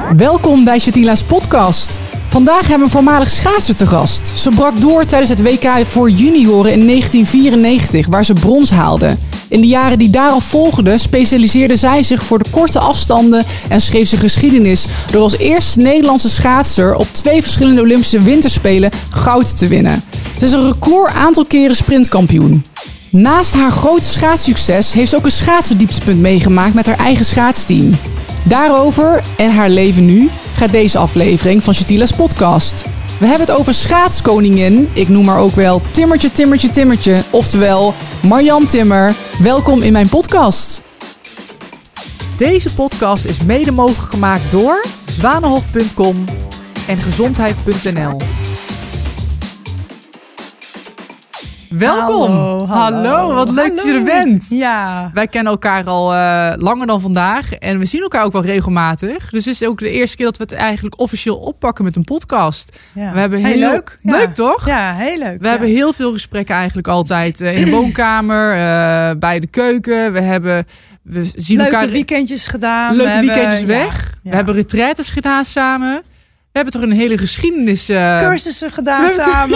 Welkom bij Shatila's podcast. Vandaag hebben we een voormalig schaatser te gast. Ze brak door tijdens het WK voor junioren in 1994, waar ze brons haalde. In de jaren die daarop volgden specialiseerde zij zich voor de korte afstanden en schreef ze geschiedenis door als eerste Nederlandse schaatser op 2 verschillende Olympische winterspelen goud te winnen. Ze is een record aantal keren sprintkampioen. Naast haar grote schaatssucces heeft ze ook een schaatsdieptepunt meegemaakt met haar eigen schaatsteam. Daarover en haar leven nu gaat deze aflevering van Shatila's podcast. We hebben het over schaatskoningin, ik noem haar ook wel Timmertje, oftewel Marjan Timmer. Welkom in mijn podcast. Deze podcast is mede mogelijk gemaakt door Zwanenhof.com en Gezondheid.nl. Welkom. Hallo, wat leuk dat je er bent. Ja. Wij kennen elkaar al langer dan vandaag en we zien elkaar ook wel regelmatig. Dus het is ook de eerste keer dat we het eigenlijk officieel oppakken met een podcast. Ja. We hebben heel leuk. Leuk toch? Ja, heel leuk. We hebben heel veel gesprekken eigenlijk altijd in de woonkamer, bij de keuken. We zien leuke elkaar weekendjes gedaan. Leuke weekendjes weg. Ja. We hebben retraites gedaan samen. We hebben toch een hele geschiedenis... cursussen gedaan samen.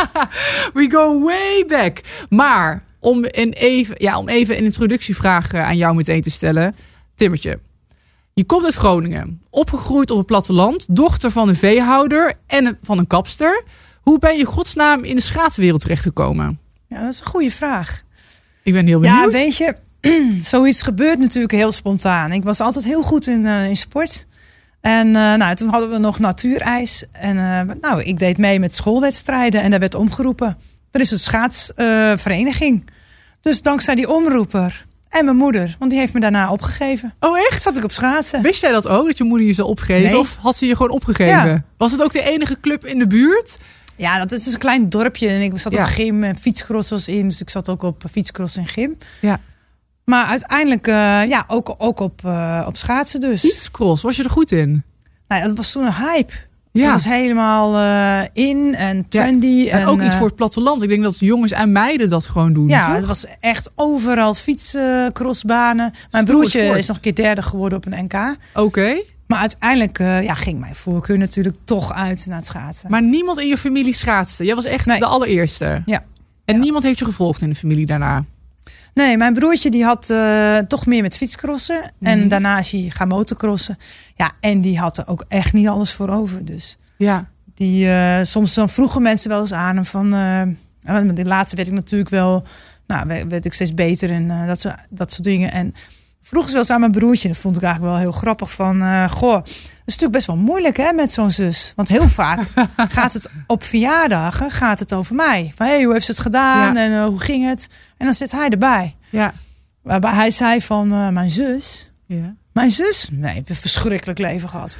We go way back. Maar om even een introductievraag aan jou meteen te stellen. Timmertje, je komt uit Groningen. Opgegroeid op het platteland. Dochter van een veehouder en van een kapster. Hoe ben je godsnaam in de schaatswereld terechtgekomen? Ja, dat is een goede vraag. Ik ben heel benieuwd. Ja, weet je, zoiets gebeurt natuurlijk heel spontaan. Ik was altijd heel goed in sport. En toen hadden we nog natuurijs. En ik deed mee met schoolwedstrijden. En daar werd omgeroepen. Er is een schaatsvereniging. Dus dankzij die omroeper en mijn moeder. Want die heeft me daarna opgegeven. Oh echt? Zat ik op schaatsen. Wist jij dat ook? Dat je moeder je zou opgeven? Nee. Of had ze je gewoon opgegeven? Ja. Was het ook de enige club in de buurt? Ja, dat is een klein dorpje. En ik zat op gym en fietscross was in. Dus ik zat ook op fietscross en gym. Ja. Maar uiteindelijk ook op schaatsen dus. Fietscross, was je er goed in? Nou, dat was toen een hype. Ja. Dat was helemaal in en trendy. Ja. En ook iets voor het platteland. Ik denk dat jongens en meiden dat gewoon doen, ja, toch? het was echt overal fietscrossbanen. Mijn broertje is nog een keer derde geworden op een NK. Oké. Maar uiteindelijk ging mijn voorkeur natuurlijk toch uit naar het schaatsen. Maar niemand in je familie schaatste? Jij was echt de allereerste? Ja. En niemand heeft je gevolgd in de familie daarna? Nee, mijn broertje die had toch meer met fietscrossen. En daarna is hij gaan motocrossen. Ja, en die had er ook echt niet alles voor over. Dus ja. Soms dan vroegen mensen wel eens aan hem van... de laatste werd ik natuurlijk wel... werd ik steeds beter en dat soort dingen. En vroegen ze wel eens aan mijn broertje. Dat vond ik eigenlijk wel heel grappig van... dat is natuurlijk best wel moeilijk hè, met zo'n zus. Want heel vaak gaat het op verjaardagen over mij. Van hoe heeft ze het gedaan en hoe ging het? En dan zit hij erbij. Ja. Waarbij hij zei van mijn zus... Ja. Mijn zus? Nee, ik heb een verschrikkelijk leven gehad.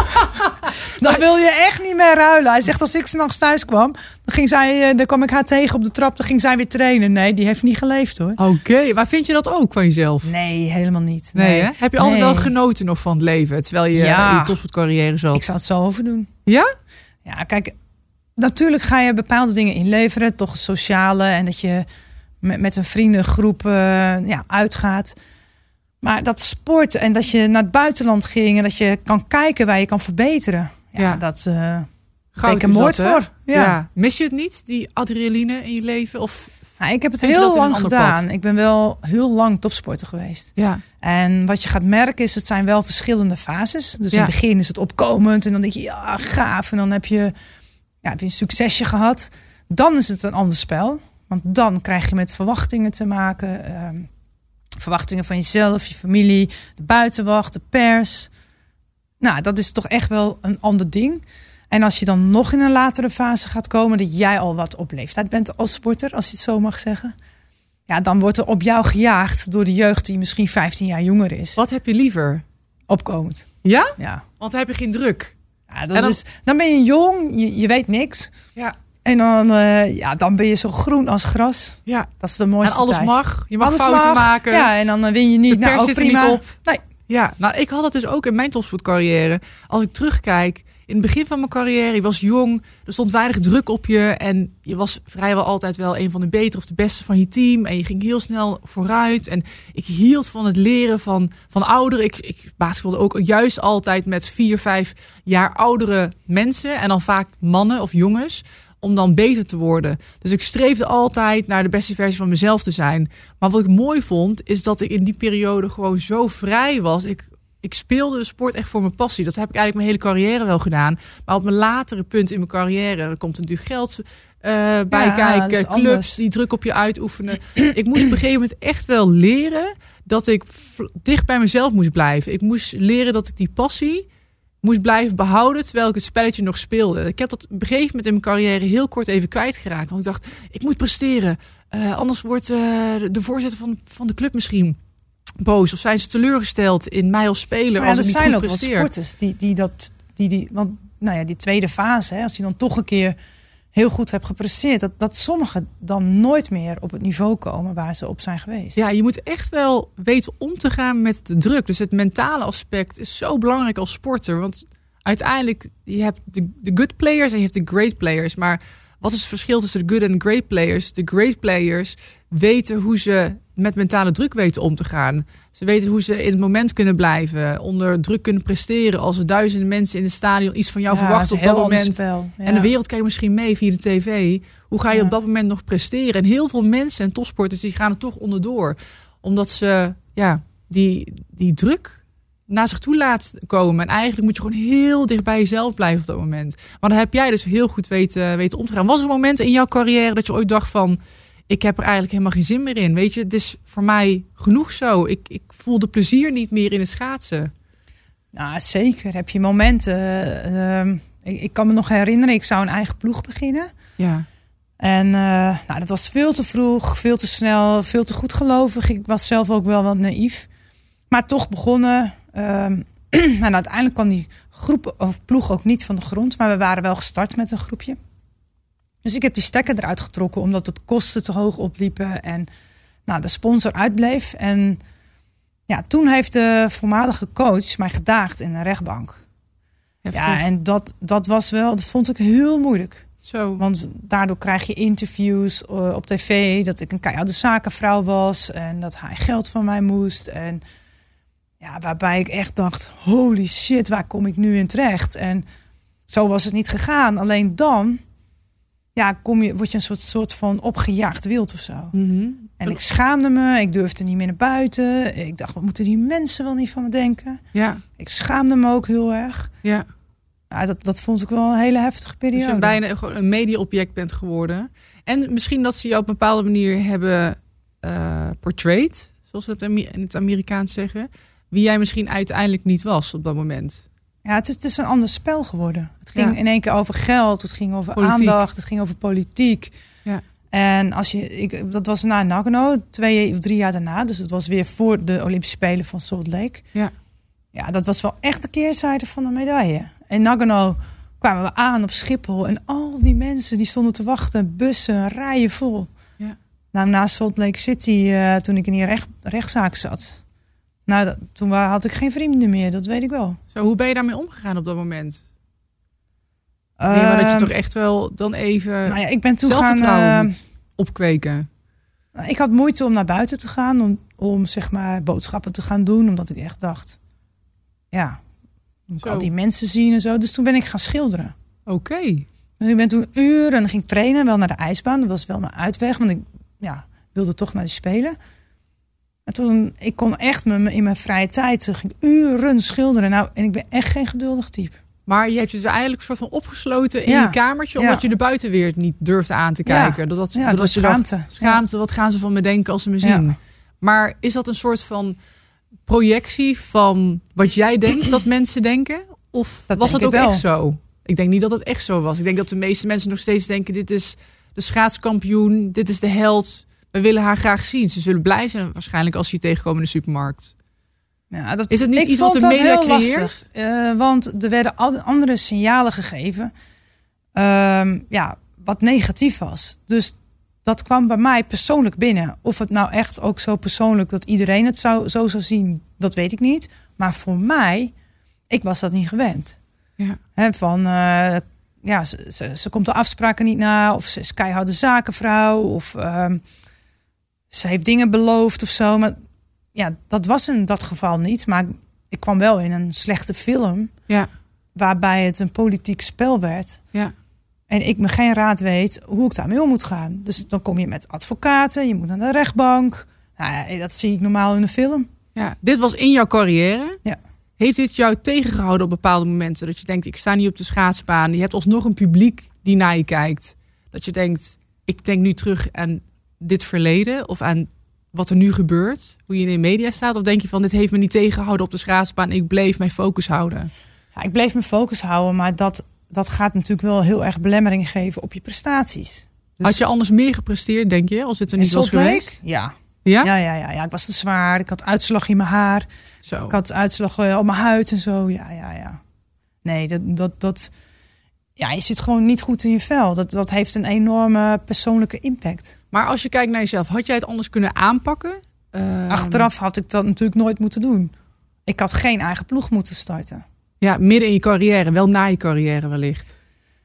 Dan wil je echt niet meer ruilen. Hij zegt als ik 's nachts thuis kwam, dan kwam ik haar tegen op de trap. Dan ging zij weer trainen. Nee, die heeft niet geleefd hoor. Oké, maar vind je dat ook van jezelf? Nee, helemaal niet. Nee hè? Heb je altijd wel genoten nog van het leven? Terwijl je in je topsportcarrière zat? Ik zou het zo overdoen. Ja? Ja, kijk, natuurlijk ga je bepaalde dingen inleveren. Toch het sociale en dat je met een vriendengroep uitgaat. Maar dat sport en dat je naar het buitenland ging... en dat je kan kijken waar je kan verbeteren. Ja. Dat goud een moord voor. Ja. Mis je het niet, die adrenaline in je leven? Of ik heb het heel lang gedaan. Ik ben wel heel lang topsporter geweest. Ja. En wat je gaat merken is, het zijn wel verschillende fases. Dus in het begin is het opkomend. En dan denk je, ja, gaaf. En dan heb je een succesje gehad. Dan is het een ander spel. Want dan krijg je met verwachtingen te maken... verwachtingen van jezelf, je familie, de buitenwacht, de pers. Nou, dat is toch echt wel een ander ding. En als je dan nog in een latere fase gaat komen... dat jij al wat op leeftijd bent als sporter, als je het zo mag zeggen... ja, dan wordt er op jou gejaagd door de jeugd die misschien 15 jaar jonger is. Wat heb je liever? Opkomend. Ja? Ja. Want dan heb je geen druk. Ja, dan ben je jong, je weet niks. Ja. En dan ben je zo groen als gras. Ja. Dat is de mooiste tijd. En alles tijd. mag. Je mag fouten maken. Ja, en dan win je niet. De pers zit er niet op. Nee. Ja, nou ik had dat dus ook in mijn topsportcarrière. Als ik terugkijk, in het begin van mijn carrière, je was jong, er stond weinig druk op je en je was vrijwel altijd wel een van de betere of de beste van je team en je ging heel snel vooruit. En ik hield van het leren van ouderen. Ik basketbalde ook juist altijd met 4, 5 jaar oudere mensen en dan vaak mannen of jongens, om dan beter te worden. Dus ik streefde altijd naar de beste versie van mezelf te zijn. Maar wat ik mooi vond, is dat ik in die periode gewoon zo vrij was. Ik speelde de sport echt voor mijn passie. Dat heb ik eigenlijk mijn hele carrière wel gedaan. Maar op mijn latere punt in mijn carrière, er komt natuurlijk geld bij kijken. Clubs die druk op je uitoefenen. Ik moest op een gegeven moment echt wel leren dat ik dicht bij mezelf moest blijven. Ik moest leren dat ik die passie moest blijven behouden terwijl ik het spelletje nog speelde. Ik heb dat op een gegeven moment in mijn carrière heel kort even kwijtgeraakt. Want ik dacht, ik moet presteren. Anders wordt de voorzitter van de club misschien boos. Of zijn ze teleurgesteld in mij als speler als ik niet goed presteer. Er zijn ook wel sporters want die tweede fase, als je dan toch een keer heel goed hebt gepresteerd, dat sommigen dan nooit meer op het niveau komen waar ze op zijn geweest. Ja, je moet echt wel weten om te gaan met de druk. Dus het mentale aspect is zo belangrijk als sporter. Want uiteindelijk, je hebt de good players en je hebt de great players. Maar wat is het verschil tussen de good en great players? De great players weten hoe ze met mentale druk weten om te gaan. Ze weten hoe ze in het moment kunnen blijven, onder druk kunnen presteren. Als er duizenden mensen in het stadion iets van jou verwachten op dat moment. En de wereld kijkt misschien mee via de tv. Hoe ga je op dat moment nog presteren? En heel veel mensen en topsporters die gaan er toch onderdoor. Omdat ze die druk naar zich toe laat komen. En eigenlijk moet je gewoon heel dicht bij jezelf blijven op dat moment. Maar dan heb jij dus heel goed weten om te gaan. Was er een moment in jouw carrière dat je ooit dacht van, ik heb er eigenlijk helemaal geen zin meer in. Weet je, het is voor mij genoeg zo. Ik voel de plezier niet meer in het schaatsen. Nou, zeker. Heb je momenten. Ik kan me nog herinneren, ik zou een eigen ploeg beginnen. Ja. En dat was veel te vroeg, veel te snel, veel te goedgelovig. Ik was zelf ook wel wat naïef. Maar toch begonnen. En uiteindelijk kwam die groep of ploeg ook niet van de grond. Maar we waren wel gestart met een groepje. Dus ik heb die stekker eruit getrokken omdat het kosten te hoog opliepen en de sponsor uitbleef. En ja, toen heeft de voormalige coach mij gedaagd in een rechtbank. Heftig. Ja, en dat vond ik heel moeilijk. Zo. Want daardoor krijg je interviews op tv dat ik een keiharde zakenvrouw was en dat hij geld van mij moest. En ja, waarbij ik echt dacht, holy shit, waar kom ik nu in terecht? En zo was het niet gegaan. Alleen dan word je een soort van opgejaagd wild of zo. Mm-hmm. En ik schaamde me. Ik durfde niet meer naar buiten. Ik dacht, wat moeten die mensen wel niet van me denken? Ja. Ik schaamde me ook heel erg. Ja. Dat vond ik wel een hele heftige periode. Dus je bijna gewoon een media-object bent geworden. En misschien dat ze je op een bepaalde manier hebben portrayed, zoals we het in het Amerikaans zeggen, wie jij misschien uiteindelijk niet was op dat moment. Ja, het is een ander spel geworden. Het ging in één keer over geld, het ging over politiek. Aandacht, het ging over politiek. Ja. En dat was na Nagano, 2 of 3 jaar daarna. Dus het was weer voor de Olympische Spelen van Salt Lake. Ja. Ja, dat was wel echt de keerzijde van de medaille. In Nagano kwamen we aan op Schiphol en al die mensen die stonden te wachten, bussen, rijen vol. Ja. Nou, na Salt Lake City, toen ik in die rechtszaak zat, toen had ik geen vrienden meer, dat weet ik wel. Zo, hoe ben je daarmee omgegaan op dat moment? Maar dat je toch echt wel dan even ik ben toen zelfvertrouwen moet opkweken. Ik had moeite om naar buiten te gaan, om zeg maar boodschappen te gaan doen, omdat ik echt dacht, ik al die mensen zien en zo. Dus toen ben ik gaan schilderen. Oké. Dus ik ben toen uren ging trainen, wel naar de ijsbaan. Dat was wel mijn uitweg, want ik wilde toch naar die Spelen. En toen, ik kon echt in mijn vrije tijd, ging uren schilderen. En ik ben echt geen geduldig type. Maar je hebt je dus eigenlijk een soort van opgesloten in je kamertje, omdat je de buitenwereld niet durfde aan te kijken. Dat was schaamte. Schaamte, wat gaan ze van me denken als ze me zien? Ja. Maar is dat een soort van projectie van wat jij denkt dat mensen denken? Of was dat ook echt zo? Ik denk niet dat het echt zo was. Ik denk dat de meeste mensen nog steeds denken, dit is de schaatskampioen, dit is de held. We willen haar graag zien. Ze zullen blij zijn waarschijnlijk als ze je tegenkomen in de supermarkt. Ja, is het niet ik iets vond wat de media creëert? Lastig, want er werden andere signalen gegeven wat negatief was. Dus dat kwam bij mij persoonlijk binnen. Of het nou echt ook zo persoonlijk dat iedereen het zo zou zien, dat weet ik niet. Maar voor mij, ik was dat niet gewend. Ja. Ze komt de afspraken niet na. Of ze is keiharde zakenvrouw. Of ze heeft dingen beloofd of zo. Maar ja, dat was in dat geval niet. Maar ik kwam wel in een slechte film. Ja. Waarbij het een politiek spel werd. Ja. En ik me geen raad weet hoe ik daarmee om moet gaan. Dus dan kom je met advocaten. Je moet naar de rechtbank. Nou, dat zie ik normaal in een film. Ja, dit was in jouw carrière. Ja. Heeft dit jou tegengehouden op bepaalde momenten? Dat je denkt, ik sta niet op de schaatsbaan. Je hebt alsnog een publiek die naar je kijkt. Dat je denkt, ik denk nu terug aan dit verleden. Of aan wat er nu gebeurt. Hoe je in de media staat. Of denk je van, dit heeft me niet tegengehouden op de schaatsbaan. Ik bleef mijn focus houden. Ja, ik bleef mijn focus houden. Maar dat gaat natuurlijk wel heel erg belemmering geven op je prestaties. Dus had je anders meer gepresteerd, denk je? Als het er niet was geweest? Ja. Ja. Ik was te zwaar. Ik had uitslag in mijn haar. Zo. Ik had uitslag op mijn huid en zo. Ja. Nee, je zit gewoon niet goed in je vel. Dat heeft een enorme persoonlijke impact. Maar als je kijkt naar jezelf, had jij het anders kunnen aanpakken? Achteraf had ik dat natuurlijk nooit moeten doen. Ik had geen eigen ploeg moeten starten. Ja, midden in je carrière, wel na je carrière wellicht.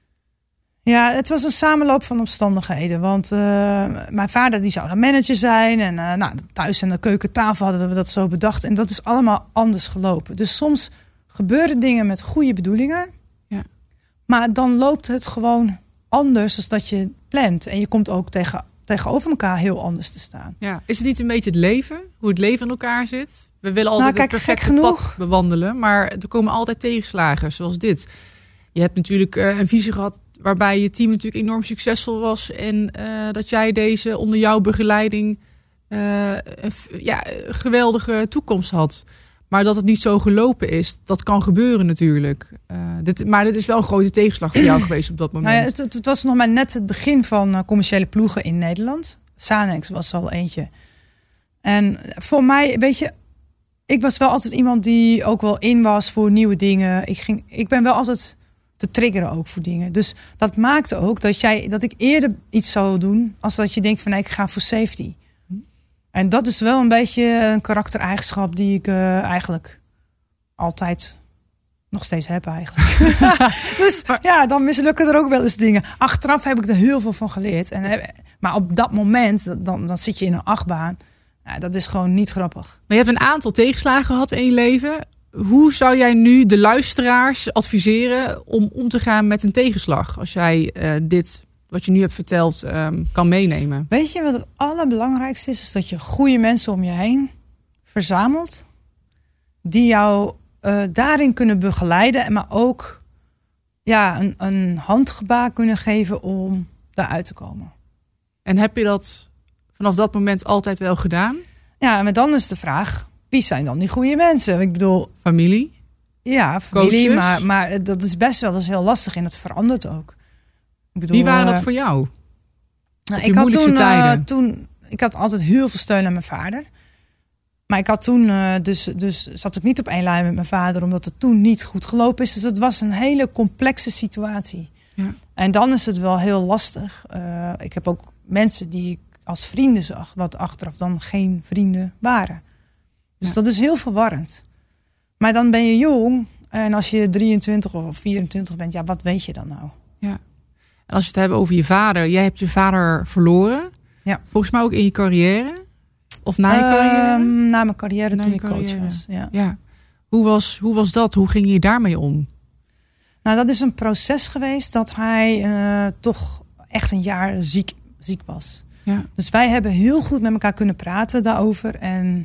Ja, het was een samenloop van omstandigheden. Want mijn vader die zou dan manager zijn. En thuis aan de keukentafel hadden we dat zo bedacht. En dat is allemaal anders gelopen. Dus soms gebeuren dingen met goede bedoelingen. Ja. Maar dan loopt het gewoon anders dan dat je plant. En je komt ook tegenover elkaar heel anders te staan. Ja. Is het niet een beetje het leven? Hoe het leven in elkaar zit? We willen altijd het perfecte pad bewandelen. Maar er komen altijd tegenslagen, zoals dit. Je hebt natuurlijk een visie gehad waarbij je team natuurlijk enorm succesvol was. En dat jij deze onder jouw begeleiding een geweldige toekomst had. Maar dat het niet zo gelopen is, dat kan gebeuren natuurlijk. Maar dit is wel een grote tegenslag voor jou geweest op dat moment. Nou ja, het was nog maar net het begin van commerciële ploegen in Nederland. Sanex was al eentje. En voor mij, weet je, ik was wel altijd iemand die ook wel in was voor nieuwe dingen. Ik ben wel altijd te triggeren ook voor dingen. Dus dat maakte ook dat ik eerder iets zou doen als dat je denkt van nee, ik ga voor safety. En dat is wel een beetje een karaktereigenschap die ik eigenlijk altijd nog steeds heb eigenlijk. Dus ja, dan mislukken er ook wel eens dingen. Achteraf heb ik er heel veel van geleerd. Maar op dat moment, dan zit je in een achtbaan. Ja, dat is gewoon niet grappig. Maar je hebt een aantal tegenslagen gehad in je leven. Hoe zou jij nu de luisteraars adviseren om te gaan met een tegenslag? Als jij dit, wat je nu hebt verteld, kan meenemen. Weet je wat het allerbelangrijkste is? Is dat je goede mensen om je heen verzamelt. Die jou daarin kunnen begeleiden. Maar ook een handgebaar kunnen geven om daaruit te komen. En heb je dat vanaf dat moment altijd wel gedaan? Ja, maar dan is de vraag, wie zijn dan die goede mensen? Ik bedoel, familie? Ja, familie, maar dat is best wel, dat is heel lastig en dat verandert ook. Ik bedoel, wie waren dat voor jou? Ik had altijd heel veel steun aan mijn vader. Maar ik had toen, dus zat ik niet op één lijn met mijn vader, omdat het toen niet goed gelopen is. Dus het was een hele complexe situatie. Ja. En dan is het wel heel lastig. Ik heb ook mensen die ik als vrienden zag, wat achteraf dan geen vrienden waren. Dus dat is heel verwarrend. Maar dan ben je jong en als je 23 of 24 bent, ja, wat weet je dan nou? Ja. En als je het hebt over je vader, jij hebt je vader verloren. Ja. Volgens mij ook in je carrière. Of na je carrière? Na mijn carrière toen ik coach was. Ja. Hoe was dat? Hoe ging je daarmee om? Nou, dat is een proces geweest dat hij toch echt een jaar ziek was. Ja. Dus wij hebben heel goed met elkaar kunnen praten daarover. En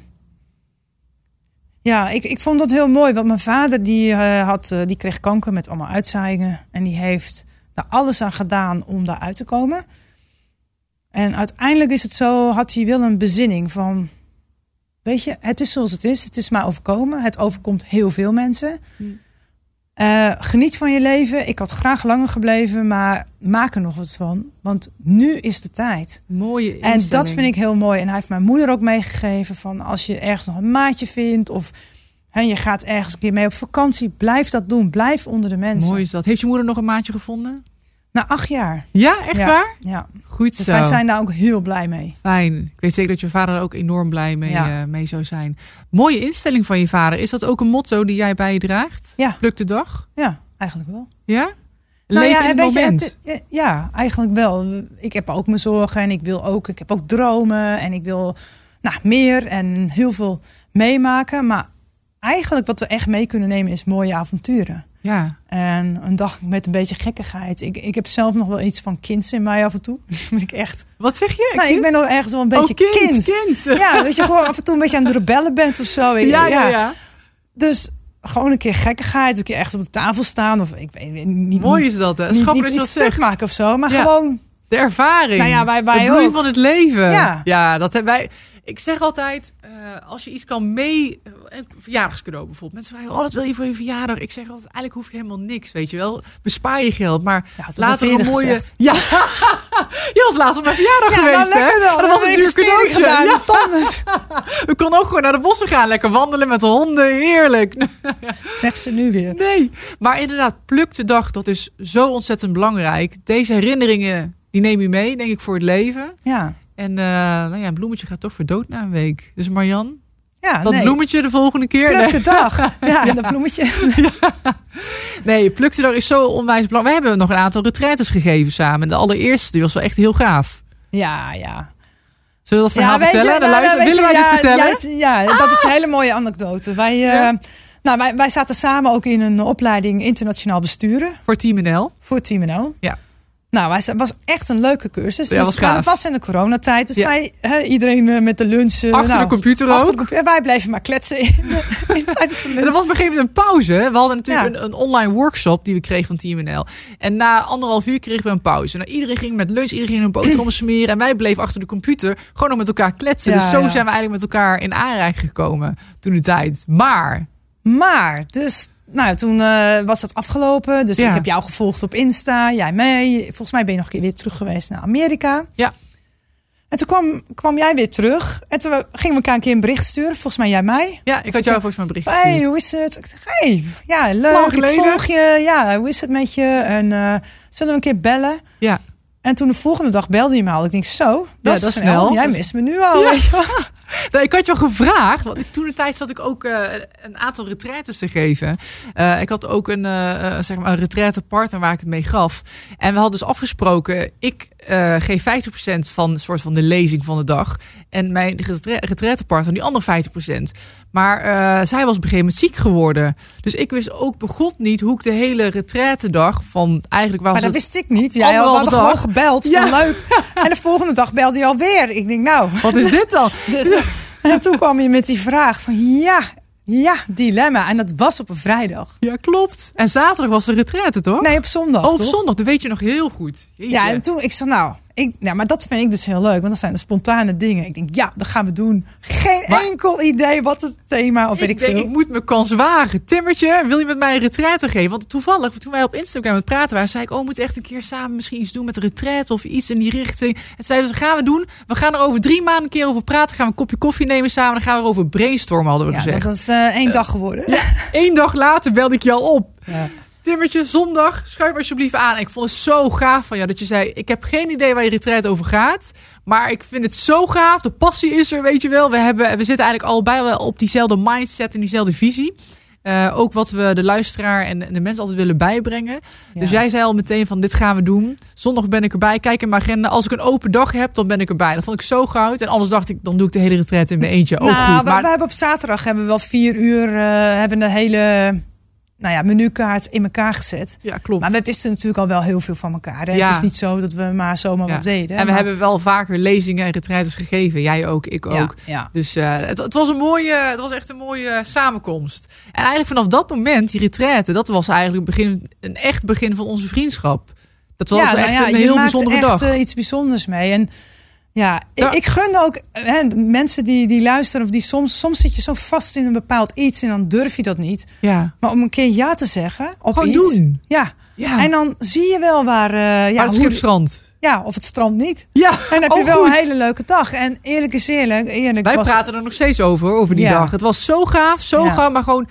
ja, ik vond dat heel mooi. Want mijn vader die kreeg kanker met allemaal uitzaaiingen. En die heeft daar alles aan gedaan om daaruit te komen. En uiteindelijk is het zo, had hij wel een bezinning van, weet je, het is zoals het is. Het is maar overkomen. Het overkomt heel veel mensen. Geniet van je leven. Ik had graag langer gebleven, maar maak er nog wat van. Want nu is de tijd. Mooie instelling. En dat vind ik heel mooi. En hij heeft mijn moeder ook meegegeven van als je ergens nog een maatje vindt of je gaat ergens een keer mee op vakantie, blijf dat doen. Blijf onder de mensen. Mooi is dat. Heeft je moeder nog een maatje gevonden? Nou, 8 jaar. Ja, echt waar? Ja. Goed dus zo. wij zijn daar ook heel blij mee. Fijn. Ik weet zeker dat je vader er ook enorm blij mee zou zijn. Mooie instelling van je vader. Is dat ook een motto die jij bij je draagt? Ja. Pluk de dag? Ja, eigenlijk wel. Ja? Leven in het moment. Ja, eigenlijk wel. Ik heb ook mijn zorgen en ik heb ook dromen. En ik wil meer en heel veel meemaken. Maar eigenlijk wat we echt mee kunnen nemen is mooie avonturen. Ja. En een dag met een beetje gekkigheid. Ik heb zelf nog wel iets van kinds in mij af en toe. Ben ik echt. Wat zeg je? Nou, ik ben nog ergens wel een beetje kind. Ja, dat je gewoon af en toe een beetje aan de rebellen bent of zo. Ja. Dus gewoon een keer gekkigheid. Een keer echt op de tafel staan. Of ik weet niet. Mooi is dat, hè? Niet iets stuk maken of zo. Maar gewoon. De ervaring. Nou ja, wij het bloei van het leven. Ja, dat hebben wij. Ik zeg altijd, als je iets kan een verjaardagscadeau bijvoorbeeld. Mensen vragen, dat wil je voor je verjaardag. Ik zeg altijd, eigenlijk hoef je helemaal niks, weet je wel. Bespaar je geld, maar later een mooie... Gezegd. Ja, je was laatst op mijn verjaardag geweest, hè? Dan. Dat was een duur cadeautje. Gedaan, We konden ook gewoon naar de bossen gaan, lekker wandelen met de honden, heerlijk. Zegt ze nu weer. Nee, maar inderdaad, pluk de dag, dat is zo ontzettend belangrijk. Deze herinneringen, die neem je mee, denk ik, voor het leven. Ja. En een bloemetje gaat toch voor dood na een week. Dus Marjan, bloemetje de volgende keer. Pluk de dag. Ja, dat bloemetje. Nee, pluk de dag is zo onwijs belangrijk. We hebben nog een aantal retraites gegeven samen. De allereerste, die was wel echt heel gaaf. Ja. Zullen we dat verhaal vertellen? Willen wij dit vertellen? Ja, dat is een hele mooie anekdote. Wij zaten samen ook in een opleiding internationaal besturen. Voor Team NL. Voor Team NL. Ja. Nou, het was echt een leuke cursus. Ja, het was in de coronatijd. Dus iedereen met de lunch. Achter de computer ook. Wij bleven maar kletsen tijdens de lunch. En er was op een gegeven moment een pauze. We hadden natuurlijk een online workshop die we kregen van Team NL. En na 1,5 uur kregen we een pauze. Nou, iedereen ging met lunch, iedereen ging een boterham smeren. En wij bleven achter de computer gewoon nog met elkaar kletsen. Dus zo zijn we eigenlijk met elkaar in aanraking gekomen toen de tijd. Maar, dus... Nou, toen was het afgelopen. Dus ik heb jou gevolgd op Insta. Jij mee. Volgens mij ben je nog een keer weer terug geweest naar Amerika. Ja. En toen kwam jij weer terug. En toen gingen we elkaar een keer een bericht sturen. Volgens mij jij mij. Ja, ik had jou volgens mij een bericht gestuurd. Hoe is het? Ik zeg, leuk. Ik volg je. Ja, hoe is het met je? En zullen we een keer bellen? Ja. En toen de volgende dag belde je me al. Ik denk, dat is snel. Jij mist me nu al. Ja. Weet je wel? Nou, ik had jou gevraagd, want toen de tijd zat ik ook een aantal retraites te geven. Ik had ook een retraitepartner waar ik het mee gaf. En we hadden dus afgesproken, ik geef 50% van soort van de lezing van de dag. En mijn retraitepartner die andere 50%. Maar zij was op een gegeven moment ziek geworden. Dus ik wist ook begot niet hoe ik de hele retraitedag van eigenlijk... Maar dat wist ik niet. Jij had gewoon gebeld. Ja. Leuk. En de volgende dag belde je alweer. Ik denk, nou... Wat is dit dan? En toen kwam je met die vraag van dilemma. En dat was op een vrijdag. Ja, klopt. En zaterdag was de retraite, toch? Nee, op zondag. Op zondag, dat weet je nog heel goed. Jeetje. Ja, en toen ik zei, maar dat vind ik dus heel leuk. Want dat zijn de spontane dingen. Ik denk, dat gaan we doen. Geen enkel idee wat het thema of weet ik veel. Ik moet mijn kans wagen. Timmertje, wil je met mij een retraite geven? Want toevallig, toen wij op Instagram aan het praten waren, zei ik, we moeten echt een keer samen misschien iets doen met een retraite of iets in die richting. En zeiden ze, gaan we doen. We gaan er over 3 maanden een keer over praten. Gaan we een kopje koffie nemen samen. Dan gaan we erover brainstormen, hadden we gezegd. Dat is 1 dag geworden. Ja, 1 dag later belde ik je al op. Ja. Timmertje, zondag, schuif me alsjeblieft aan. En ik vond het zo gaaf van jou dat je zei, ik heb geen idee waar je retraite over gaat. Maar ik vind het zo gaaf. De passie is er, weet je wel. We zitten eigenlijk allebei wel op diezelfde mindset en diezelfde visie. Ook wat we de luisteraar en de mensen altijd willen bijbrengen. Ja. Dus jij zei al meteen van, dit gaan we doen. Zondag ben ik erbij. Kijk in mijn agenda. Als ik een open dag heb, dan ben ik erbij. Dat vond ik zo goud. En anders dacht ik, dan doe ik de hele retraite in mijn eentje. Ook goed. Maar we hebben op zaterdag wel 4 uur hebben de hele... menukaart in elkaar gezet. Ja, klopt. Maar we wisten natuurlijk al wel heel veel van elkaar. Ja. Het is niet zo dat we maar zomaar wat deden. En we hebben wel vaker lezingen en retraites gegeven. Jij ook, ik ook. Ja. Dus het was echt een mooie samenkomst. En eigenlijk vanaf dat moment, die retraite, dat was eigenlijk een echt begin van onze vriendschap. Dat was echt een heel bijzondere dag. Je maakt echt iets bijzonders mee. En ik gun ook mensen die luisteren of die soms zit je zo vast in een bepaald iets en dan durf je dat niet. Ja. Maar om een keer ja te zeggen op gewoon iets, doen. Ja. En dan zie je wel waar het schip strandt. Ja, of het strand niet. Ja. En dan heb je wel een hele leuke dag. En eerlijk is eerlijk. Wij praten er nog steeds over die dag. Het was zo gaaf, maar gewoon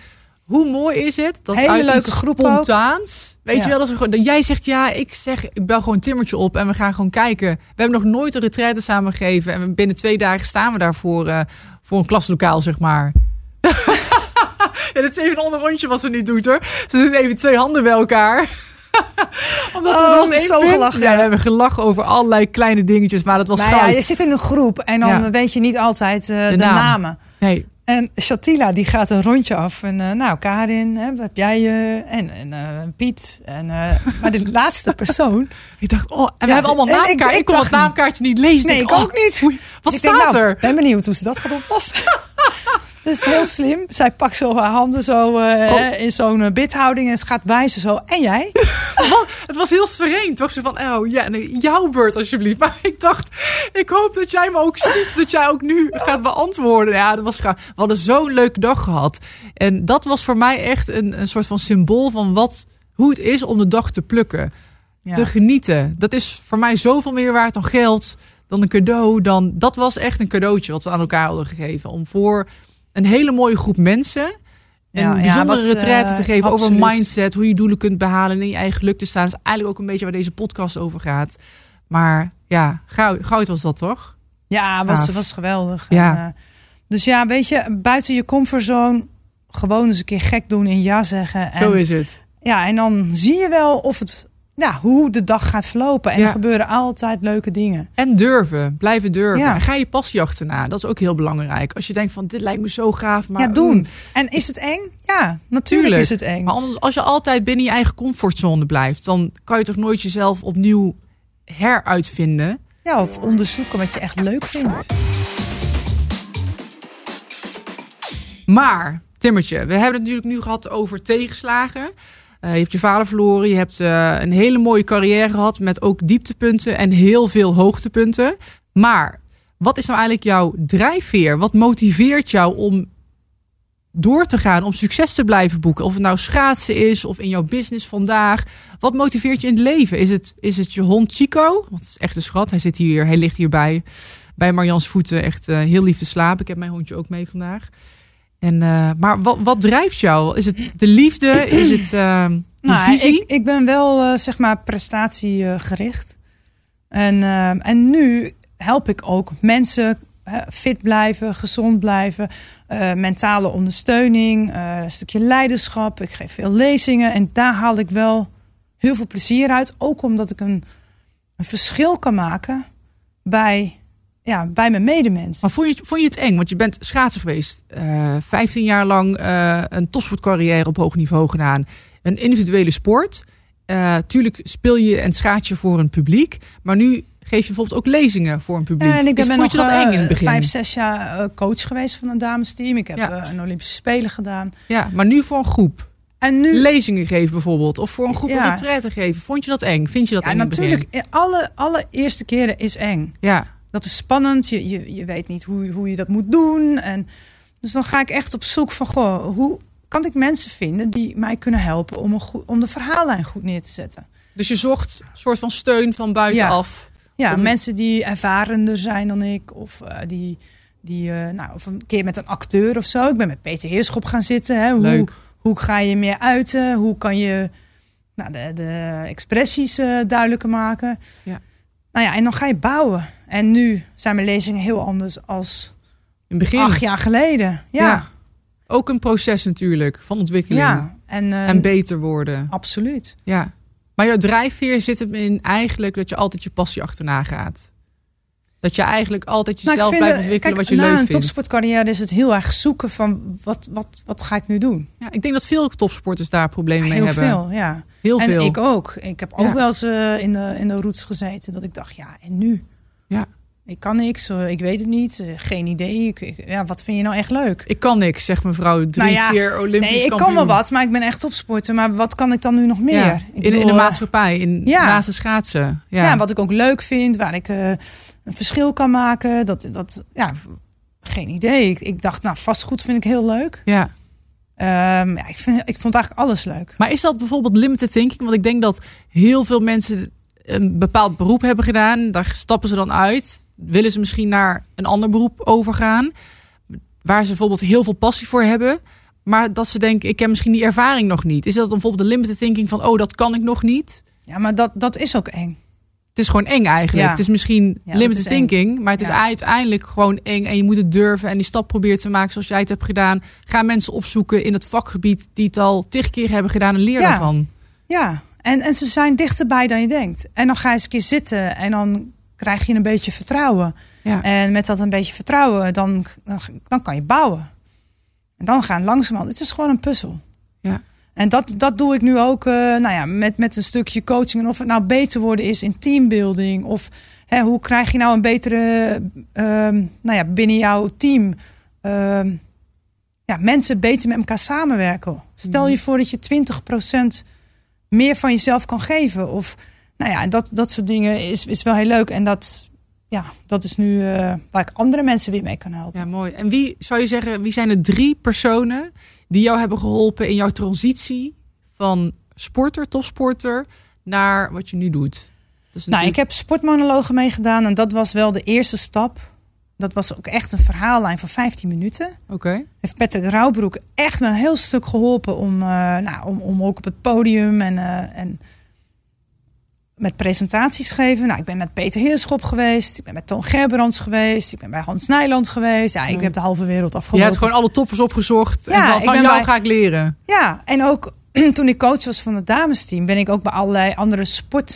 hoe mooi is het dat hele uit leuke groep spontaans, weet je wel, dat jij zegt ik bel gewoon een timmertje op en we gaan gewoon kijken. We hebben nog nooit een retraite samen gegeven en binnen 2 dagen staan we daarvoor voor een klaslokaal, zeg maar. Ja, dat is even een onderrondje wat ze nu doet, hoor. Ze doet even 2 handen bij elkaar. Omdat we was zo gelachen. Ja, we hebben gelachen over allerlei kleine dingetjes, maar dat was goud. Ja, je zit in een groep en dan weet je niet altijd de namen. Nee. En Shatila die gaat een rondje af. En Karin, wat heb jij? En Piet. Maar de laatste persoon. Ik dacht, we hebben allemaal naamkaarten. Ik kon het naamkaartje niet lezen. Nee, ik ook niet. Wat dus staat er? Ik ben benieuwd hoe ze dat gaat oplossen. Dus heel slim. Zij pakt zo haar handen zo in zo'n bidhouding en ze gaat wijzen zo. En jij? Het was heel sereen, toch? Ze van, nee, jouw beurt alsjeblieft. Maar ik dacht, ik hoop dat jij me ook ziet. Dat jij ook nu gaat beantwoorden. Ja, dat was gaaf. We hadden zo'n leuke dag gehad. En dat was voor mij echt een soort van symbool van hoe het is om de dag te plukken. Ja. Te genieten. Dat is voor mij zoveel meer waard dan geld, dan een cadeau. Dat was echt een cadeautje wat we aan elkaar hadden gegeven. Om voor een hele mooie groep mensen een bijzondere retraite te geven over mindset, hoe je doelen kunt behalen en in je eigen geluk te staan. Dat is eigenlijk ook een beetje waar deze podcast over gaat. Maar ja, goud was dat, toch? Ja, was geweldig. Ja. En, dus ja, weet je, buiten je comfortzone gewoon eens een keer gek doen en ja zeggen. Zo is het. Ja, en dan zie je wel hoe de dag gaat verlopen. En er gebeuren altijd leuke dingen. En blijven durven. Ja. En ga je passie achterna. Dat is ook heel belangrijk. Als je denkt van, dit lijkt me zo gaaf. Maar doen. En is het eng? Ja, natuurlijk is het eng. Maar anders, als je altijd binnen je eigen comfortzone blijft, dan kan je toch nooit jezelf opnieuw heruitvinden. Ja, of onderzoeken wat je echt leuk vindt. Maar, Timmertje, we hebben het natuurlijk nu gehad over tegenslagen. Je hebt je vader verloren. Je hebt een hele mooie carrière gehad met ook dieptepunten en heel veel hoogtepunten. Maar wat is nou eigenlijk jouw drijfveer? Wat motiveert jou om door te gaan, om succes te blijven boeken? Of het nou schaatsen is of in jouw business vandaag. Wat motiveert je in het leven? Is het je hond Chico? Want het is echt een schat. Hij ligt hierbij bij Marjans voeten. Echt heel lief te slapen. Ik heb mijn hondje ook mee vandaag. Maar wat drijft jou? Is het de liefde? Is het de visie? Ik ben wel prestatiegericht. En nu help ik ook mensen fit blijven, gezond blijven. Mentale ondersteuning, een stukje leiderschap. Ik geef veel lezingen en daar haal ik wel heel veel plezier uit. Ook omdat ik een verschil kan maken bij mijn medemens. Maar vond je het eng? Want je bent schaatser geweest. 15 jaar lang een topsportcarrière op hoog niveau gedaan. Een individuele sport. Tuurlijk speel je en schaats je voor een publiek. Maar nu geef je bijvoorbeeld ook lezingen voor een publiek. En ik ben vond je dat eng in het begin? 5-6 jaar coach geweest van een damesteam. Ik heb een Olympische Spelen gedaan. Ja, maar nu voor een groep. En nu lezingen geven bijvoorbeeld. Of voor een groep een retraite geven. Vond je dat eng? Vind je dat eng in het begin? Ja, natuurlijk. Allereerste keren is eng. Ja. Dat is spannend. Je weet niet hoe je dat moet doen. En dus dan ga ik echt op zoek van, hoe kan ik mensen vinden die mij kunnen helpen om de verhaallijn goed neer te zetten. Dus je zocht een soort van steun van buitenaf. Ja, mensen die ervarender zijn dan ik. Of of een keer met een acteur of zo. Ik ben met Peter Heerschop gaan zitten. Hè. Hoe ga je meer uiten? Hoe kan je de expressies duidelijker maken? Ja. En dan ga je bouwen. En nu zijn mijn lezingen heel anders als in het begin. 8 jaar geleden. Ja. Ook een proces natuurlijk van ontwikkeling. Ja. En beter worden. Absoluut. Ja. Maar jouw drijfveer zit hem in eigenlijk dat je altijd je passie achterna gaat. Dat je eigenlijk altijd jezelf blijft ontwikkelen wat je leuk vindt. Na een topsportcarrière is het heel erg zoeken van wat ga ik nu doen? Ja, ik denk dat veel topsporters daar problemen mee hebben. Heel veel, ja. Heel veel. En ik ook. Ik heb ook wel eens in de roots gezeten dat ik dacht, en nu? Ja. Ik kan niks, ik weet het niet, geen idee. Wat vind je nou echt leuk? Ik kan niks, zegt mevrouw 3 keer Olympisch kampioen. Ik kan wel wat, maar ik ben echt topsporter. Maar wat kan ik dan nu nog meer? Ja, in de maatschappij, naast het schaatsen. Ja, wat ik ook leuk vind, waar ik een verschil kan maken. Geen idee. Ik dacht, vastgoed vind ik heel leuk. Ja. Ik vond eigenlijk alles leuk. Maar is dat bijvoorbeeld limited thinking? Want ik denk dat heel veel mensen een bepaald beroep hebben gedaan. Daar stappen ze dan uit. Willen ze misschien naar een ander beroep overgaan. Waar ze bijvoorbeeld heel veel passie voor hebben. maar dat ze denken, ik heb misschien die ervaring nog niet. Is dat dan bijvoorbeeld de limited thinking van, dat kan ik nog niet? Ja, maar dat is ook eng. Het is gewoon eng eigenlijk. Ja. Het is misschien limited thinking, maar het is uiteindelijk gewoon eng. En je moet het durven en die stap proberen te maken zoals jij het hebt gedaan. Ga mensen opzoeken in het vakgebied die het al 10 keer hebben gedaan en leer daarvan. Ja, en ze zijn dichterbij dan je denkt. En dan ga je eens een keer zitten en dan krijg je een beetje vertrouwen. Ja. En met dat een beetje vertrouwen, dan kan je bouwen. En dan gaan langzamerhand. Het is gewoon een puzzel. Ja. En dat doe ik nu ook met een stukje coaching. En of het nou beter worden is in teambuilding. Of hoe krijg je nou een betere binnen jouw team. Mensen beter met elkaar samenwerken. Stel je voor dat je 20% meer van jezelf kan geven. Of dat soort dingen is wel heel leuk. En dat is nu waar ik andere mensen weer mee kan helpen. Ja, mooi. En wie zou je zeggen, wie zijn de 3 personen die jou hebben geholpen in jouw transitie van sporter, topsporter, naar wat je nu doet? Ik heb sportmonologen meegedaan en dat was wel de eerste stap. Dat was ook echt een verhaallijn van 15 minuten. Oké. Heeft Patrick Rauwbroek echt een heel stuk geholpen om ook op het podium en met presentaties geven. Ik ben met Peter Heerschop geweest. Ik ben met Toon Gerbrands geweest. Ik ben bij Hans Nijland geweest. Ja, ik heb de halve wereld afgelopen. Je hebt gewoon alle toppers opgezocht. Ja, en van jou ga ik leren. Ja, en ook toen ik coach was van het damesteam, ben ik ook bij allerlei andere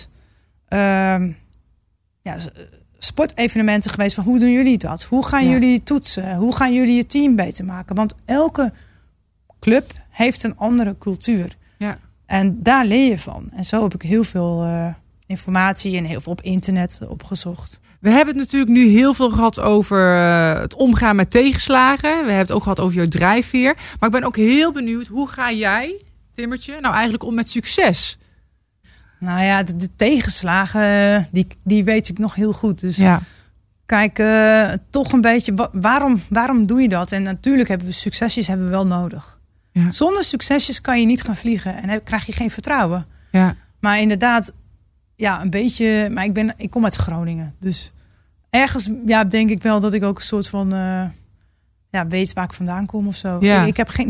sportevenementen geweest. Van hoe doen jullie dat? Hoe gaan jullie toetsen? Hoe gaan jullie je team beter maken? Want elke club heeft een andere cultuur. Ja. En daar leer je van. En zo heb ik heel veel informatie en heel veel op internet opgezocht. We hebben het natuurlijk nu heel veel gehad over het omgaan met tegenslagen. We hebben het ook gehad over jouw drijfveer. Maar ik ben ook heel benieuwd, hoe ga jij, Timmertje, nou eigenlijk om met succes? Nou ja, de tegenslagen, die weet ik nog heel goed. Dus kijk, toch een beetje, waarom doe je dat? En natuurlijk hebben we succesjes wel nodig. Ja. Zonder succesjes kan je niet gaan vliegen en krijg je geen vertrouwen. Ja. Maar inderdaad, een beetje. Maar ik kom uit Groningen, dus ergens denk ik wel dat ik ook een soort van weet waar ik vandaan kom of zo. Ja. Ik heb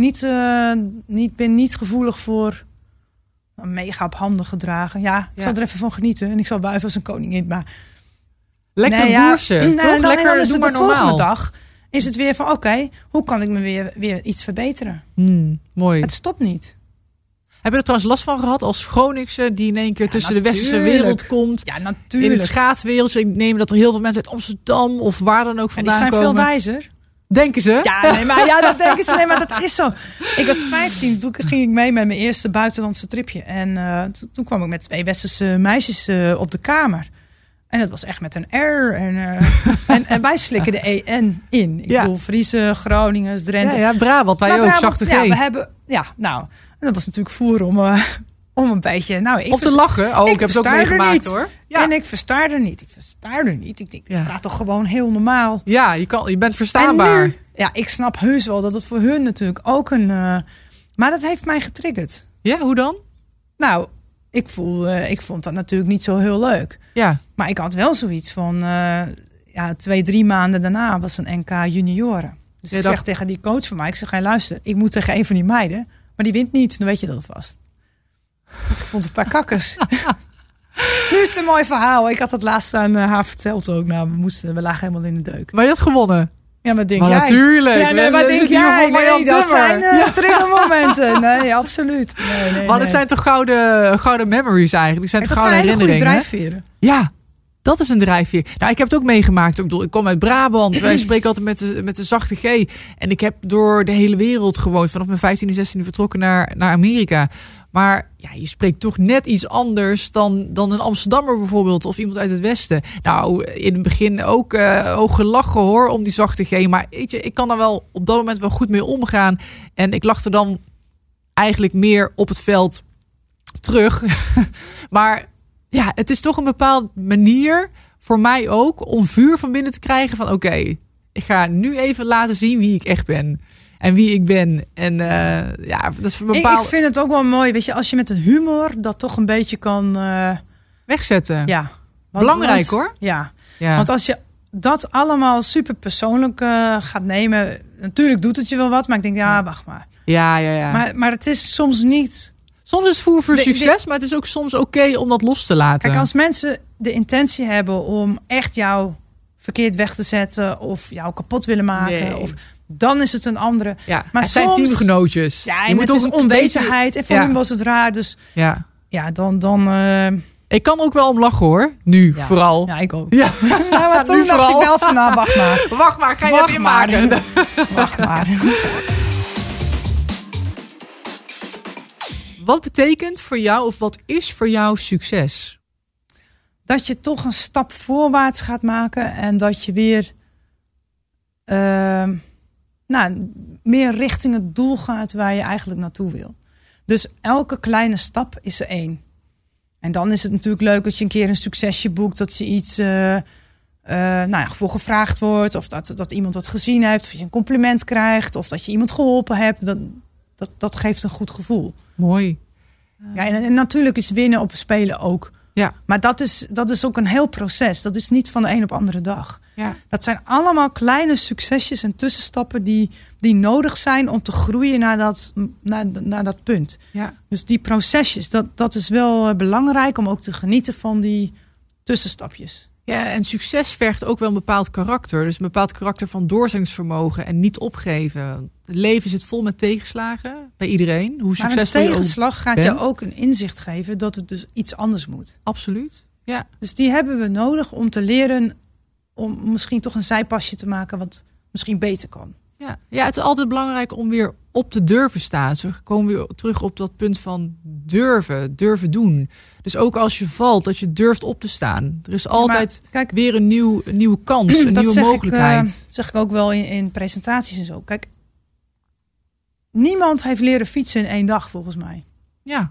ben niet gevoelig voor mega op handen gedragen. Ja, ik zal er even van genieten en ik zal wuiven als een koningin. Maar lekker boersen, toch? Lekker, dan is doe het maar de normaal. volgende dag. Is het weer van oké, hoe kan ik me weer iets verbeteren? Mooi. Het stopt niet. Heb je er trouwens last van gehad als Groningse die in één keer tussen de westerse wereld komt? Ja, natuurlijk. In het schaatswereld. Ik neem dat er heel veel mensen uit Amsterdam of waar dan ook vandaan komen. Die zijn veel wijzer. Denken ze? Ja, dat denken ze. Nee, maar dat is zo. Ik was 15, toen ging ik mee met mijn eerste buitenlandse tripje. En toen kwam ik met 2 westerse meisjes op de kamer. En dat was echt met een R. En wij slikken de EN in. Ik bedoel, Friese, Groningen, Drenthe. Ja, Brabant, wij ook, zachte G. We hebben, dat was natuurlijk voer om een beetje... Op te lachen? Oh, ik heb het ook meegemaakt hoor. Ja. En ik verstaarde niet. Ik denk, ik praat toch gewoon heel normaal. Ja, je bent verstaanbaar. En nu, ik snap heus wel dat het voor hun natuurlijk ook een... maar dat heeft mij getriggerd. Ja, hoe dan? Nou, ik vond dat natuurlijk niet zo heel leuk. Ja. Maar ik had wel zoiets van... 2-3 maanden daarna was een NK junioren. Dus ik zeg tegen die coach van mij... Ik zeg, luister, ik moet tegen een van die meiden... maar die wint niet, dan weet je dat alvast. Want ik vond een paar kakkers. Nu is het een mooi verhaal. Ik had het laatst aan haar verteld ook. Nou, we lagen helemaal in de deuk. Maar je had gewonnen. Ja, maar denk jij? Natuurlijk. Ja, nee, wat denk jij? Nee, dat zijn triggermomenten. Nee, absoluut. Nee, maar het zijn toch gouden memories eigenlijk? Die zijn toch gouden herinneringen? Dat zijn drijfveren. Ja, dat is een drijfveer. Nou, ik heb het ook meegemaakt. Ik kom uit Brabant. Wij spreken altijd met de zachte G. En ik heb door de hele wereld gewoond. Vanaf mijn 15e, 16e vertrokken naar Amerika. Maar je spreekt toch net iets anders dan een Amsterdammer bijvoorbeeld. Of iemand uit het Westen. Nou, in het begin ook gelachen hoor om die zachte G. Maar weet je, ik kan daar wel op dat moment wel goed mee omgaan. En ik lachte dan eigenlijk meer op het veld terug. Maar het is toch een bepaalde manier voor mij ook om vuur van binnen te krijgen van oké, ik ga nu even laten zien wie ik echt ben. En wie ik ben. En dat is bepaald... Ik vind het ook wel mooi, weet je, als je met een humor dat toch een beetje kan... wegzetten. Ja. Belangrijk hoor. Ja. Want als je dat allemaal super persoonlijk gaat nemen... Natuurlijk doet het je wel wat, maar ik denk, wacht maar. Ja. Maar het is soms niet... Soms is het voer voor succes, maar het is ook soms oké om dat los te laten. Kijk, als mensen de intentie hebben om echt jou verkeerd weg te zetten of jou kapot willen maken, dan is het een andere. Ja, maar het zijn teamgenootjes. Ja, en het is onwetendheid. En voor hem was het raar. Dus dan. Ik kan ook wel om lachen hoor. Nu vooral. Ja, ik ook. Ja. Maar toen dacht ik wel van, nou, wacht maar. Wacht maar, ga je even inmaken. Wacht maar. Wat betekent voor jou of wat is voor jou succes? Dat je toch een stap voorwaarts gaat maken en dat je weer meer richting het doel gaat waar je eigenlijk naartoe wil. Dus elke kleine stap is er 1. En dan is het natuurlijk leuk dat je een keer een succesje boekt, dat je iets voor gevraagd wordt, of dat iemand wat gezien heeft, of je een compliment krijgt, of dat je iemand geholpen hebt. Dat geeft een goed gevoel. Mooi. Ja, en natuurlijk is winnen op spelen ook. Ja. Maar dat is ook een heel proces. Dat is niet van de een op andere dag. Ja. Dat zijn allemaal kleine succesjes en tussenstappen die nodig zijn om te groeien naar dat punt. Ja. Dus die procesjes, dat is wel belangrijk om ook te genieten van die tussenstapjes. Ja, en succes vergt ook wel een bepaald karakter. Dus een bepaald karakter van doorzettingsvermogen en niet opgeven. Het leven zit vol met tegenslagen bij iedereen. Hoe succesvol een tegenslag gaat je ook een inzicht geven dat het dus iets anders moet. Absoluut, ja. Dus die hebben we nodig om te leren om misschien toch een zijpasje te maken wat misschien beter kan. Ja, het is altijd belangrijk om weer op te durven staan. Dus we komen weer terug op dat punt van durven doen. Dus ook als je valt, dat je durft op te staan. Er is altijd weer een nieuwe kans, een nieuwe mogelijkheid. Dat zeg ik ook wel in presentaties en zo. Kijk, niemand heeft leren fietsen in 1 dag volgens mij. Ja.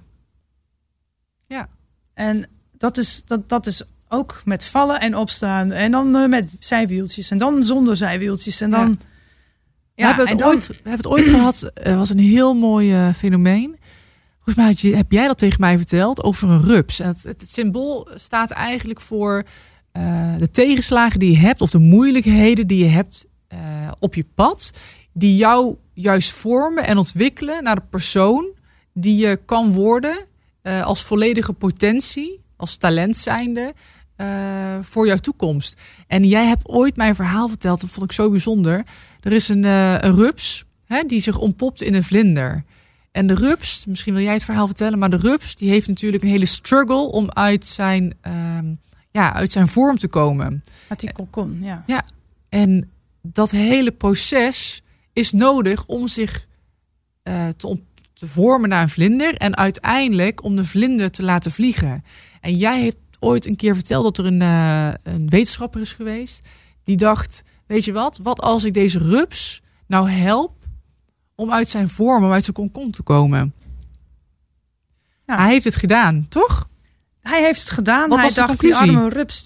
En dat is ook met vallen en opstaan. En dan met zijwieltjes. En dan zonder zijwieltjes. En dan... We hebben het ooit gehad. Het was een heel mooi fenomeen. Volgens mij heb jij dat tegen mij verteld over een rups. En het symbool staat eigenlijk voor de tegenslagen die je hebt. Of de moeilijkheden die je hebt op je pad. Die jou juist vormen en ontwikkelen naar de persoon die je kan worden. Als volledige potentie. Als talent zijnde. Voor jouw toekomst. En jij hebt ooit mijn verhaal verteld. Dat vond ik zo bijzonder. Er is een rups die zich ontpopt in een vlinder. En de rups, misschien wil jij het verhaal vertellen, maar de rups die heeft natuurlijk een hele struggle om uit zijn vorm te komen. Uit die kokon, ja. Ja, en dat hele proces is nodig om zich te vormen naar een vlinder en uiteindelijk om de vlinder te laten vliegen. En jij hebt ooit een keer verteld dat er een wetenschapper is geweest die dacht, weet je wat als ik deze rups nou help om uit zijn vorm, om uit zijn kokon te komen? Ja. Hij heeft het gedaan, toch? Hij heeft het gedaan. Wat hij was de dacht, conclusie? Die arme rups,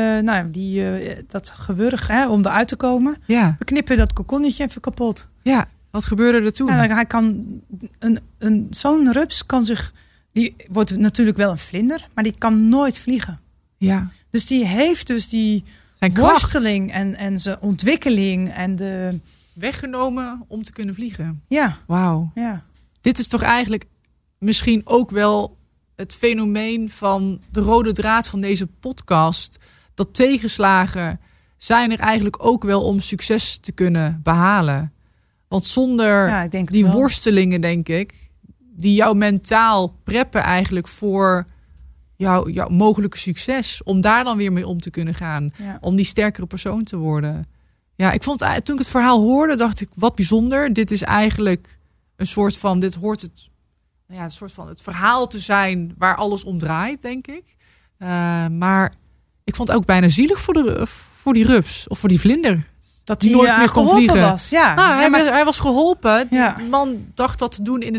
dat gewurg om eruit te komen. Ja. We knippen dat kokonnetje even kapot. Ja, wat gebeurde er toen? Ja, hij kan zo'n rups kan zich... Die wordt natuurlijk wel een vlinder, maar die kan nooit vliegen. Ja. Dus die heeft dus die zijn worsteling en zijn ontwikkeling en de... Weggenomen om te kunnen vliegen. Ja. Wauw. Ja. Dit is toch eigenlijk misschien ook wel het fenomeen van de rode draad van deze podcast. Dat tegenslagen zijn er eigenlijk ook wel om succes te kunnen behalen. Want zonder die worstelingen, denk ik, die jou mentaal preppen eigenlijk voor jouw mogelijke succes. Om daar dan weer mee om te kunnen gaan. Ja. Om die sterkere persoon te worden. Ja, ik vond toen ik het verhaal hoorde, dacht ik, wat bijzonder. Dit is eigenlijk een soort van, dit hoort een soort van het verhaal te zijn waar alles om draait, denk ik. Maar ik vond het ook bijna zielig voor die rups of voor die vlinder. Dat hij nooit meer kon vliegen. Was. Ja. Nou, hij was geholpen. Ja. De man dacht dat te doen in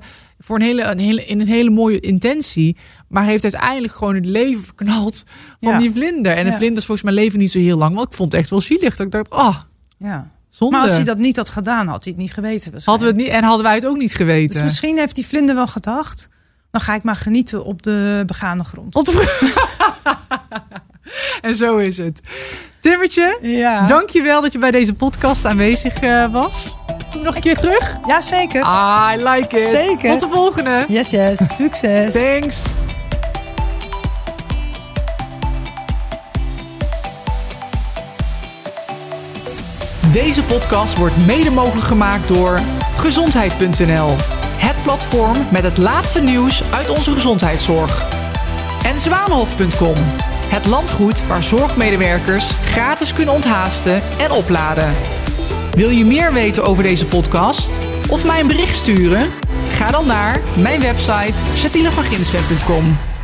een hele mooie intentie. Maar heeft uiteindelijk gewoon het leven verknald van die vlinder. En een vlinder is volgens mijn leven niet zo heel lang. Want ik vond het echt wel zielig. Dat ik dacht, zonde. Maar als hij dat niet had gedaan, had hij het niet geweten. Hadden wij het ook niet geweten. Dus misschien heeft die vlinder wel gedacht, dan ga ik maar genieten op de begane grond. En zo is het. Timmertje, dankjewel dat je bij deze podcast aanwezig was. Kom nog een keer terug? Ja, zeker. I like it. Zeker. Tot de volgende. Yes. Succes. Thanks. Deze podcast wordt mede mogelijk gemaakt door Gezondheid.nl. Het platform met het laatste nieuws uit onze gezondheidszorg. En Zwanenhof.com. Het landgoed waar zorgmedewerkers gratis kunnen onthaasten en opladen. Wil je meer weten over deze podcast? Of mij een bericht sturen? Ga dan naar mijn website jatinevanginsweg.com.